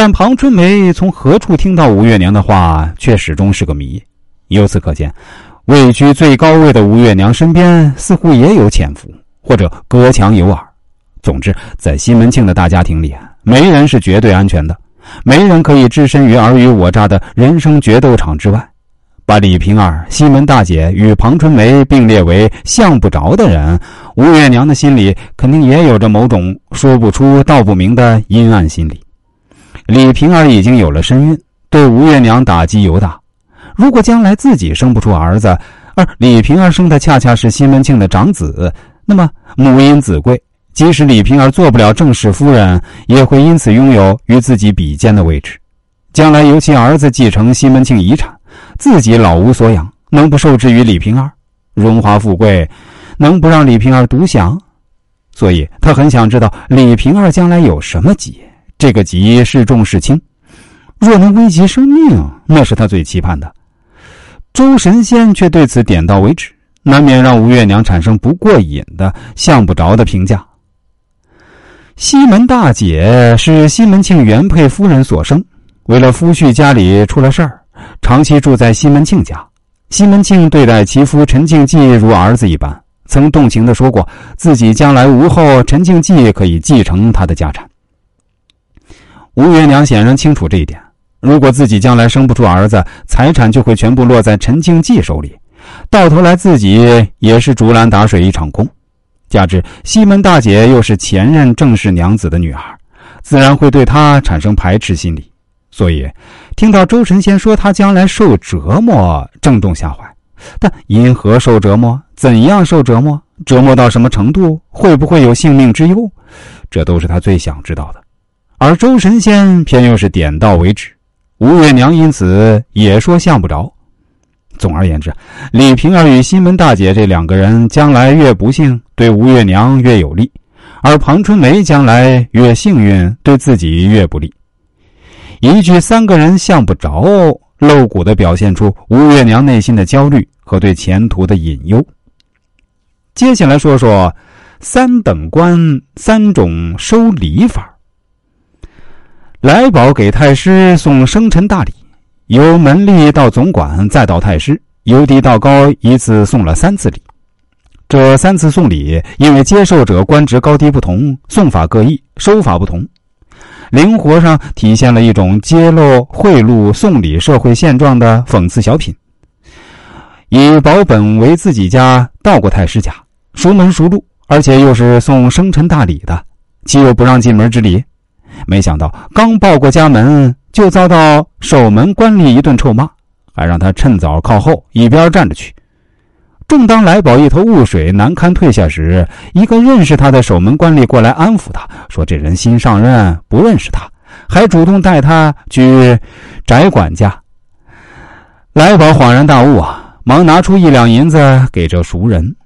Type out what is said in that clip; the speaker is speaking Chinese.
但庞春梅从何处听到吴月娘的话，却始终是个谜。由此可见，位居最高位的吴月娘身边似乎也有潜伏，或者隔墙有耳。总之，在西门庆的大家庭里，没人是绝对安全的，没人可以置身于尔虞我诈的人生决斗场之外。把李瓶儿、西门大姐与庞春梅并列为相不着的人，吴月娘的心里肯定也有着某种说不出道不明的阴暗心理。李瓶儿已经有了身孕，对吴月娘打击尤大。如果将来自己生不出儿子，而李瓶儿生的恰恰是西门庆的长子，那么母因子贵，即使李瓶儿做不了正室夫人，也会因此拥有与自己比肩的位置。将来由其儿子继承西门庆遗产，自己老无所养，能不受制于李瓶儿？荣华富贵能不让李瓶儿独享？所以他很想知道李瓶儿将来有什么疾，这个疾是重是轻，若能危及生命，那是他最期盼的。周神仙却对此点到为止，难免让吴月娘产生不过瘾的相不着的评价。西门大姐是西门庆原配夫人所生，为了夫婿家里出了事儿，长期住在西门庆家。西门庆对待其夫陈庆忌如儿子一般，曾动情地说过自己将来无后，陈庆忌可以继承他的家产。吴月娘显然清楚这一点，如果自己将来生不出儿子，财产就会全部落在陈庆忌手里，到头来自己也是竹篮打水一场空。加之西门大姐又是前任郑氏娘子的女儿，自然会对她产生排斥心理。所以听到周神仙说他将来受折磨，正动下怀。但因何受折磨？怎样受折磨？折磨到什么程度？会不会有性命之忧？这都是他最想知道的。而周神仙偏又是点到为止，吴月娘因此也说相不着。总而言之，李瓶儿与西门大姐这两个人将来越不幸，对吴月娘越有利，而庞春梅将来越幸运，对自己越不利。一句三个人相不着，露骨地表现出吴月娘内心的焦虑和对前途的隐忧。接下来说说三等官三种收礼法。来宝给太师送生辰大礼，由门吏到总管再到太师，由低到高一次送了3次礼。这3次送礼，因为接受者官职高低不同，送法各异，收法不同，灵活上体现了一种揭露贿赂送礼社会现状的讽刺小品。以保本为自己家到过太师家，熟门熟路，而且又是送生辰大礼的，岂有不让进门之理？没想到刚报过家门，就遭到守门官吏一顿臭骂，还让他趁早靠后一边站着去。正当来宝一头雾水难堪退下时，一个认识他的守门官吏过来安抚他，说这人新上任，不认识他，还主动带他去翟管家。来宝恍然大悟啊，忙拿出1两银子给这熟人。